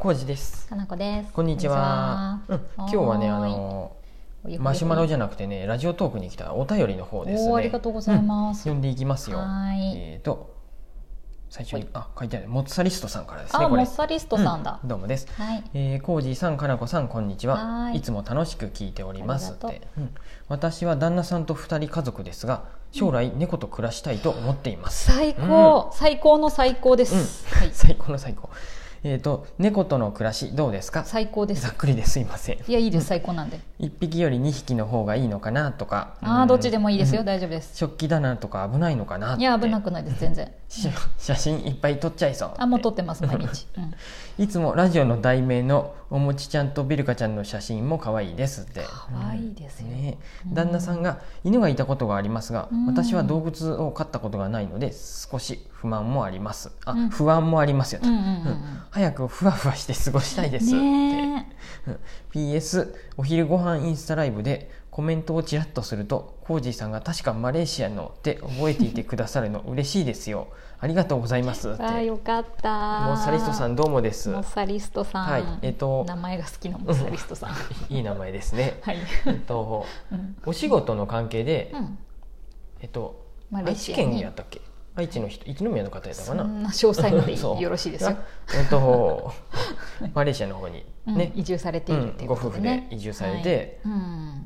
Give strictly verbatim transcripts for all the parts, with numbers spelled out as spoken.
コウジです。 かなこです。 こんにちは。うん、今日はね、あのマシュマロじゃなくてね、ラジオトークに来たお便りの方ですね。 お、ありがとうございます。 うん、読んでいきますよ。 はい。 えっと最初にあ書いてあるモッツァリストさんからですね。 あ、 これモッツァリストさんだ。 うん、どうもです。 はい。 えー、コウジさん、かなこさん、こんにちは。 はい。 いつも楽しく聞いておりますって。 うん、 私は旦那さんと二人家族ですが、将来猫と暮らしたいと思っています。 最高、うん、最高の最高です。 うん、はい、最高の最高。えーと、猫との暮らしどうですか？ 最高です。 ざっくりですいません。 いや、いいです、最高なんで。 いっぴきよりにひきの方がいいのかなとか、 ああ、どっちでもいいですよ、大丈夫です。 食器棚とか危ないのかなって。 いや、危なくないです、全然。 写真いっぱい撮っちゃいそう。 あ、もう撮ってます、毎日。うん、 いつもラジオの題名のおもちちゃんとベルカちゃんの写真も可愛いですって。 可愛いですよ、 ね、旦那さんが犬がいたことがありますが、うん、私は動物を飼ったことがないので少し不満もあります。あ、うん、不安もありますよと、うんうんうん、早くふわふわして過ごしたいですって、ね、ピーエス お昼ご飯インスタライブでコメントをちらっとするとコージーさんが確かマレーシアのって覚えていてくださるの嬉しいですよ。ありがとうございますって。 あ、よかった。 モッサリストさんどうもです。 モッサリストさん、 はい、えーと、 名前が好きなモッサリストさん、 うん、いい名前ですね。はい、えーとうん、お仕事の関係で、うん、えっと愛知県やったっけ？愛知の人、一宮の方やったかな。 そんな詳細までよろしいですよ。 えっとマレーシアの方にね、 うん、移住されているっていうことで、ね、 ご夫婦で移住されて、 はい、うん、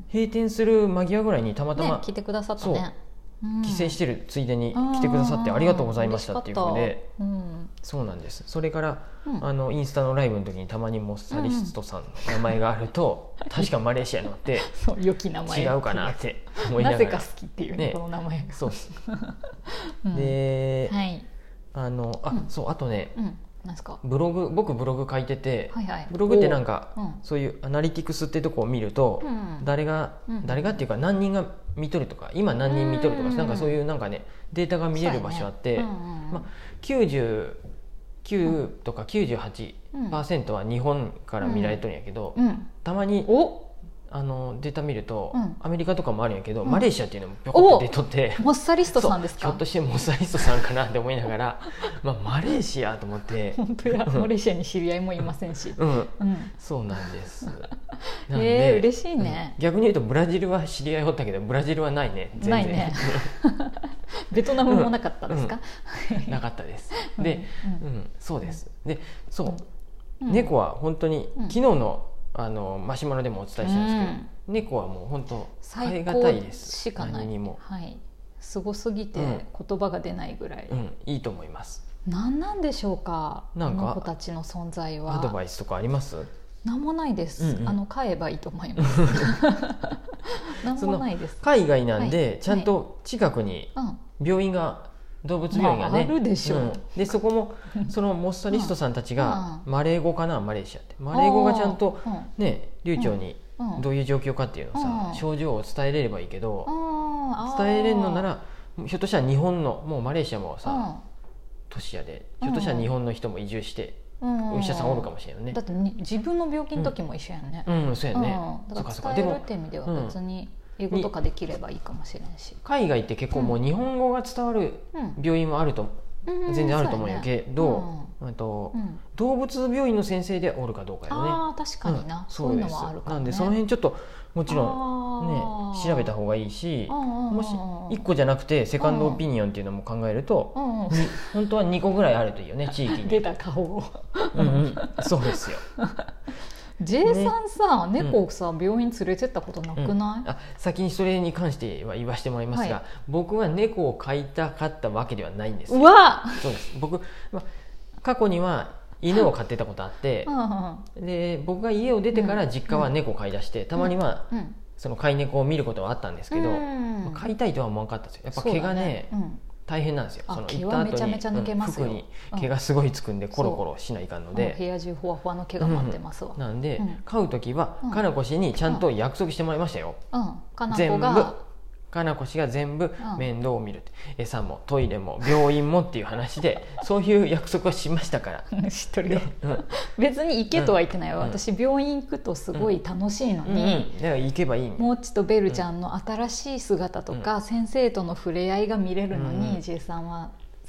閉店する間際ぐらいにたまたま、 ね、来てくださったね。 帰省してるついでに来てくださってありがとうございましたっていうことで、うん、そうなんです。それから、うん、あのインスタのライブの時にたまにモッサリストさんの名前があると、うん、確かマレーシアのってそう良き名前違うかなって思いながらなぜか好きっていうね、ね、この名前がそうで、 うん、はい、 あのあ、うん、そうあとね、 うん、なんすか、 ブログ僕ブログ書いてて、 はいはい、 ブログってなんか、うん、そういうアナリティクスっていうところを見ると、うん、誰が、うん、誰がっていうか何人が見とるとか今何人見とるとか、うん、なんかそういうなんかねデータが見れる場所あって、ね、うんうん、まあ、きゅうじゅうきゅうとか きゅうじゅうはちパーセント は日本から見られとるんやけど、うんうん、たまにおあのデータ見ると、うん、アメリカとかもあるんやけど、うん、マレーシアっていうのもぴょこって出とって、 モッサリストさんですか？ ひょっとしてモッサリストさんかなって思いながらまあマレーシアと思って本当やマレーシアに知り合いもいませんし、 うんうん、そうなんですなんで、えー、嬉しいね、 うん、逆に言うとブラジルは知り合いおったけどブラジルはないね、全然ないねベトナムもなかったですか？ うんうん、なかったですで、うんうん、そうですでそう、うん、猫は本当に、うん、昨日のあのマシュマロでもお伝えしたんですけど、うん、猫はもう本当変え難いです。 しかない。何にも、はい、すごすぎて言葉が出ないぐらい、 うんうん、いいと思います。 何なんでしょうか、なんかこの子たちの存在は。 アドバイスとかあります？ 何もないです、うんうん、あの飼えばいいと思います何もないです。 海外なんで、はい、ちゃんと近くに病院が、動物病院がね、 まあ、あるでしょう、うん、 でそこもそのモッサリストさんたちがマレー語かな、マレーシアってマレー語がちゃんとね流暢にどういう状況かっていうのをさ、症状を伝えれればいいけど、伝えれるのならひょっとしたら日本のもうマレーシアもさ都市やで、ひょっとしたら日本の人も移住してお医者さんおるかもしれないよね。 だって自分の病気の時も一緒やんね。 うん、うん、そうやね、 うん、だから伝えるって意味では別に英語とかできればいいかもしれないし、 海外って結構もう日本語が伝わる病院もあると、うん、全然あると思うんやけど、うん、とうん、動物病院の先生でおるかどうかよね。 あ、確かにな、うん、そういうのはあるかもね。 なんでその辺ちょっともちろんね調べた方がいいし、もしいっこじゃなくてセカンドオピニオンっていうのも考えると、本当はにこぐらいあるといいよね、地域に。 出た顔をうん、うん、そうですよ J さんさ、ね、猫をさ、うん、病院連れてったことなくない？うん、 あ、先にそれに関しては言わせてもらいますが、はい、僕は猫を飼いたかったわけではないんですよ。 うわそうです。僕、ま、過去には犬を飼ってたことあって、で僕が家を出てから実家は猫を飼い出して、うん、たまには、うん、その飼い猫を見ることはあったんですけど、うん、まあ、飼いたいとは思わなかったんですよ。やっぱ毛がね、大変なんですよ。その毛はめちゃめちゃ抜けますよ。 服に毛がすごいつくんでコロコロしないかんので、 部屋中ふわふわの毛が待ってますわ、 うん、なんで、うん、飼う時は、うん、かなこ氏にちゃんと約束してもらいましたよ、 うん、かなこが全部かなこ氏が全部面倒を見るって、うん、餌もトイレも病院もっていう話でそういう約束をしましたから知っとるよ、うん、別に行けとは言ってないわ、うん、私病院行くとすごい楽しいのに、 うんうん、だから行けばいい、 もちとベルちゃんの新しい姿とか、うん、先生との触れ合いが見れるのに、うん、J さんは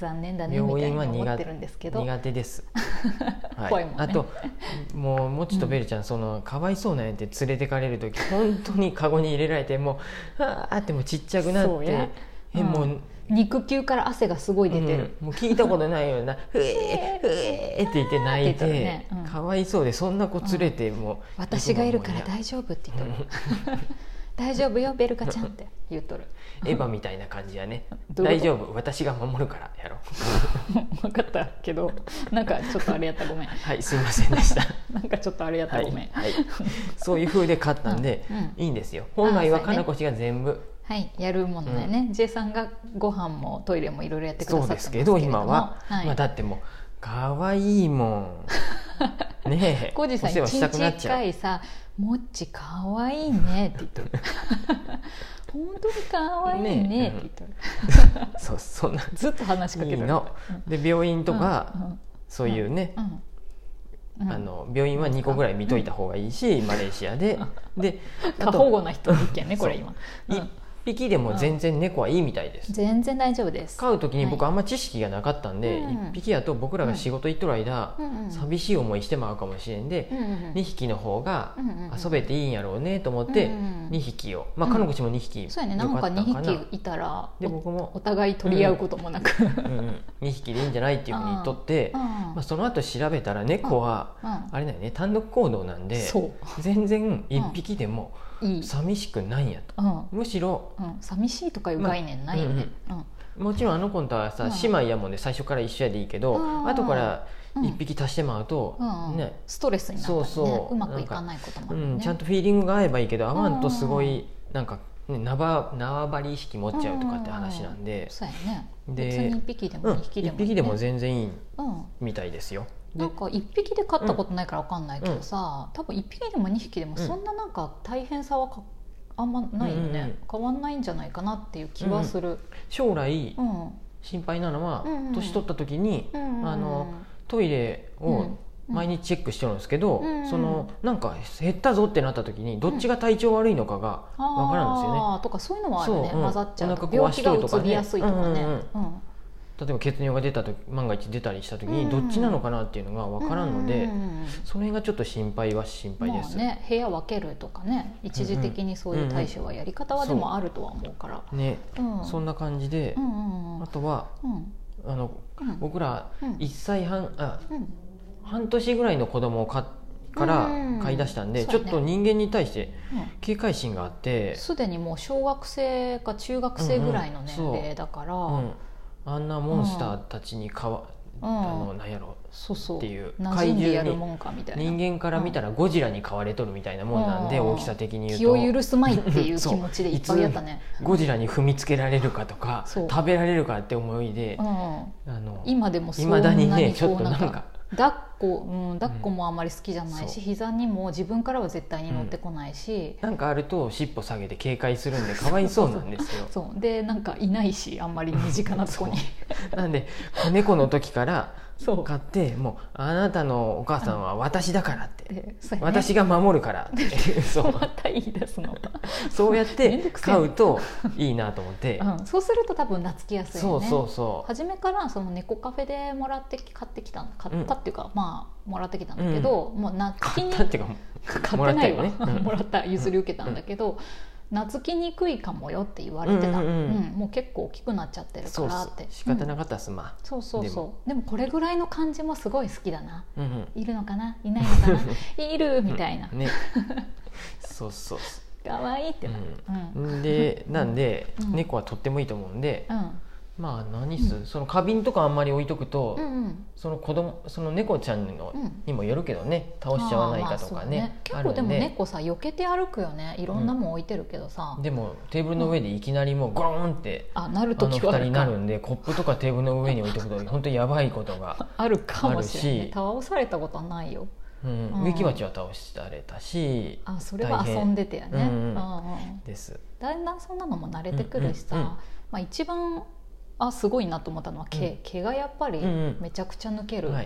残念だねみたいに思ってるんですけど、 苦手です、はい、 怖いもんね。 あともうもちとベルちゃん、うん、そのかわいそうなやって連れてかれる時本当にカゴに入れられてもうあーってもうちっちゃくなって、え、もう肉球から汗がすごい出てる、 うん、もう聞いたことないようなふえふえって言って泣いて、ね、うん、かわいそうでそんな子連れてもう、うん、 私がいるから大丈夫って言っとる大丈夫よベルカちゃんって言っとるエヴァみたいな感じやね大丈夫私が守るからやろ分かったけどなんかちょっとあれやったごめんはいすいませんでしたなんかちょっとあれやったごめん、 はいはい、そういう風で買ったんで、うんうん、いいんですよ。本来はかなこしが全部はい、やるものだよね、うん、J さんがご飯もトイレもいろいろやってくださってますけれども、 そうですけど今は、はい、まあ、だってもうかわいいもんねえコージさん一日一回さもっちかわいいねって言ってる本当にかわいいねって言ってる、ね、 うん、そうそんなずっと話しかけてるので病院とか、うんうん、そういうね、うんうん、あの病院はにこぐらい見といた方がいいし、うん、マレーシアでで過保護な人の意見ねこれ今、 うん、いっぴきでも全然猫はいいみたいです、 うん、全然大丈夫です。 飼う時に僕あんま知識がなかったんで、はい、いっぴきやと僕らが仕事行っとる間、うん、寂しい思いしてまうかもしれんで、うん、にひきの方が遊べていいんやろうねと思って、うん、にひきをまあかのこちもにひきよかったかな、 そうやね、なんかにひきいたらで僕もお互い取り合うこともなく、 うんうんうん、にひきでいいんじゃないっていうふうに言っとって、まあ、その後調べたら猫はあれだよね単独行動なんで全然いっぴきでも寂しくないんやと、うん、むしろ、 うん、寂しいとかいう概念ないよね、まあうんうん、もちろんあの子とはさ、うん、姉妹やもんで最初から一緒やでいいけど、うん、後からいっぴき足してまうと、 うんね、ストレスになったりね、そうそううまくいかないこともあるね、 うん、ちゃんとフィーリングが合えばいいけど合わんとすごいなんか、ね、縄, 縄張り意識持っちゃうとかって話なんで、 そうやね、 で別にいっぴきでもにひきでもいい、ね、 いっぴきでも全然いいみたいですよ。 なんかいっぴきで飼ったことないから分かんないけどさ、うん、多分いっぴきでもにひきでもそんななんか大変さはかあんまないよね、うんうん、変わんないんじゃないかなっていう気はする、うん、 将来、うん、心配なのは、うんうん、年取った時に、うんうん、あのトイレを毎日チェックしてるんですけど、うんうん、そのなんか減ったぞってなった時にどっちが体調悪いのかが分からんですよね、うん、 あとかそういうのはあるね、 うん、 混ざっちゃうと病気がうつりやすいとかね、うんうんうん、 例えば血尿が出た時万が一出たりした時にどっちなのかなっていうのが分からんので、うんうん、その辺がちょっと心配は心配です、 まあね、部屋分けるとかね一時的にそういう対処はやり方はでもあるとは思うから、 うんうんね、うん、そんな感じで、うんうんうん、あとは、うん、あのうん、僕らいっさいはんあ、うん、半年ぐらいの子供を飼から飼い出したんで、うん、ちょっと人間に対して警戒心があってすで、うん、にもう小学生か中学生ぐらいの年齢だから、うんうん、 あんなモンスターたちにかわ、うん、あの何やろそうそうっていう怪獣に人間から見たらゴジラに飼われとるみたいなもんなんで、うん、大きさ的に言うと気を許すまいっていう気持ちでいっぱいやったねゴジラに踏みつけられるかとか食べられるかって思いで、うん、あの今でもそんなに未だにねちょっとなんか抱っこ、うん、抱っこもあんまり好きじゃないし、うん、膝にも自分からは絶対に乗ってこないし、 うん、なんかあると尻尾下げて警戒するんでかわいそうなんですよそうでなんかいないしあんまり身近なとこになんで子猫の時から買ってもうあなたのお母さんは私だからって、ね、私が守るからってそうまた言い出すのそうやって飼うといいなと思って、 うん、そうすると多分懐きやすいよね。 そうそうそう初めからその猫カフェでもらって買ってきた買ったっていうか、うん、まあもらってきたんだけど、うん、もう懐きに買ったっていうか買ってないわもらったよね、もらった譲り受けたんだけど、うん懐きにくいかもよって言われてた、うんうんうんうん、もう結構大きくなっちゃってるからって仕方なかったっす、うん、まあそうそうそうでも、でもこれぐらいの感じもすごい好きだな、うんうん、いるのかないないのかないるみたいな、 ね、そうそうかわいいってなる、 うんうん、でなんで、うん、猫はとってもいいと思うんで、うんまあ何す、うん、その花瓶とかあんまり置いとくと、うんうん、その子供その猫ちゃんの、うん、にもよるけどね倒しちゃわないかとかね、 ね結構でも猫さ避けて歩くよねいろんなもん置いてるけどさ、 うん、でもテーブルの上でいきなりもうゴロンって、うん、あなる時はあのふたりになるんでコップとかテーブルの上に置いとくと本当にやばいことがあるかもしれない倒されたことはないようん、植木鉢は倒されたしあそれは遊んでてやね、うんうんうん、ですだんだんそんなのも慣れてくるしさ、うんうんうんまあ、一番あすごいなと思ったのは毛、うん、毛がやっぱりめちゃくちゃ抜ける、うんはい、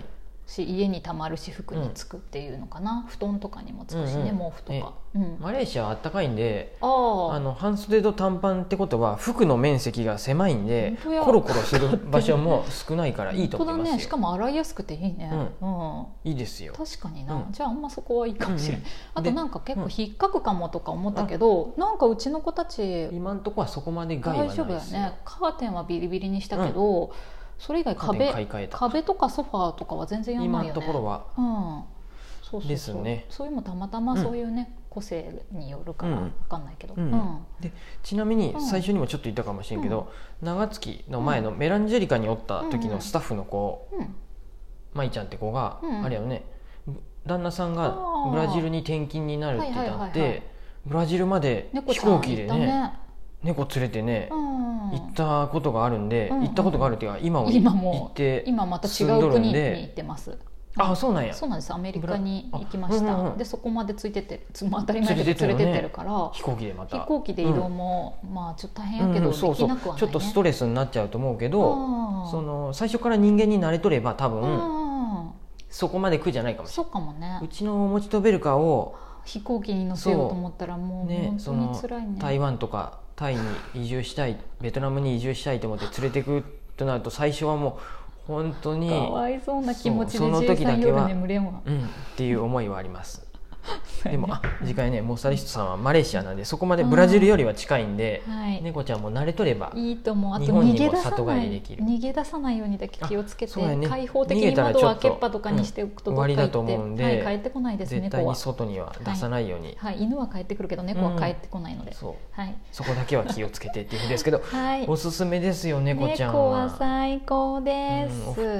し、家にたまるし服につくっていうのかな、うん、布団とかにもつくしね、うんうん、毛布とか、 うん、マレーシアはあったかいんで、ああの半袖と短パンってことは服の面積が狭いんでコロコロする場所も少ないからいいと思いますよ。 本当だね、しかも洗いやすくていいね、 うんうん、いいですよ。 確かにな、うん、じゃああんまそこはいいかもしれない、うんうん、あとなんか結構引っかくかもとか思ったけど、うん、なんかうちの子たち今んとこはそこまで害はないですよ。 大丈夫だよね。カーテンはビリビリにしたけど、うん、それ以外 壁, 壁とかソファーとかは全然やんないよね。 今のところは、 うん、そうそうそうですね。 そういうのたまたまそういうね、うん、個性によるから分かんないけど、うんうん、でちなみに最初にもちょっと言ったかもしれんけど、うん、長月の前のメランジェリカにおった時のスタッフの子、うん、舞ちゃんって子が、うん、あれよね、旦那さんがブラジルに転勤になるってなって、はいはいはいはい、ブラジルまで飛行機でね猫連れてね、うん、行ったことがあるんで、うんうん、行ったことがあるっていうか今も行って今また違う国に行ってます。 あ、そうなんや。 そうなんです。アメリカに行きました、うんうん、でそこまでついてって当たり前で連れてってるから、ね、 飛行機でまた飛行機で移動も、うん、まあちょっと大変やけど、うん、そうそうできなくはないね。 ちょっとストレスになっちゃうと思うけど、その最初から人間に慣れとれば多分そこまで苦じゃないかもしれない。 そうかもね。 うちのモチトベルカを飛行機に乗せようと思ったらもう本当に辛いね。 台湾とかタイに移住したい、ベトナムに移住したいと思って連れてくとなると最初はもう本当にかわいそうな気持ちでジェイさん夜眠れんわ、 うん、っていう思いはありますでもあ次回ねモッサリストさんはマレーシアなんでそこまでブラジルよりは近いんで、うんはい、猫ちゃんも慣れとればいいと思う。あと日本にも里帰りできる。 逃げ出さないようにだけ気をつけて、ね、開放的に窓を開けっぱとかにしておくとどっか行って、うん、終わりだと思うんで、はい、帰ってこないです。 絶対に外には出さないように、 はいはい、犬は帰ってくるけど猫は帰ってこないので、うん、 そう、 はい、 そこだけは気をつけてっていうふうですけど、はい、おすすめですよ猫ちゃんは。 猫は最高です、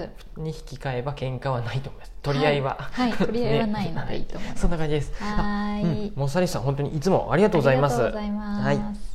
うん、にひき飼えば喧嘩はないと思います。取り合いは、 はいはい、取り合いはないのでいいと思います、 ね、そんな感じです。 はい、 うん、モッサリストさん本当にいつもありがとうございます。 ありがとうございます。 はい。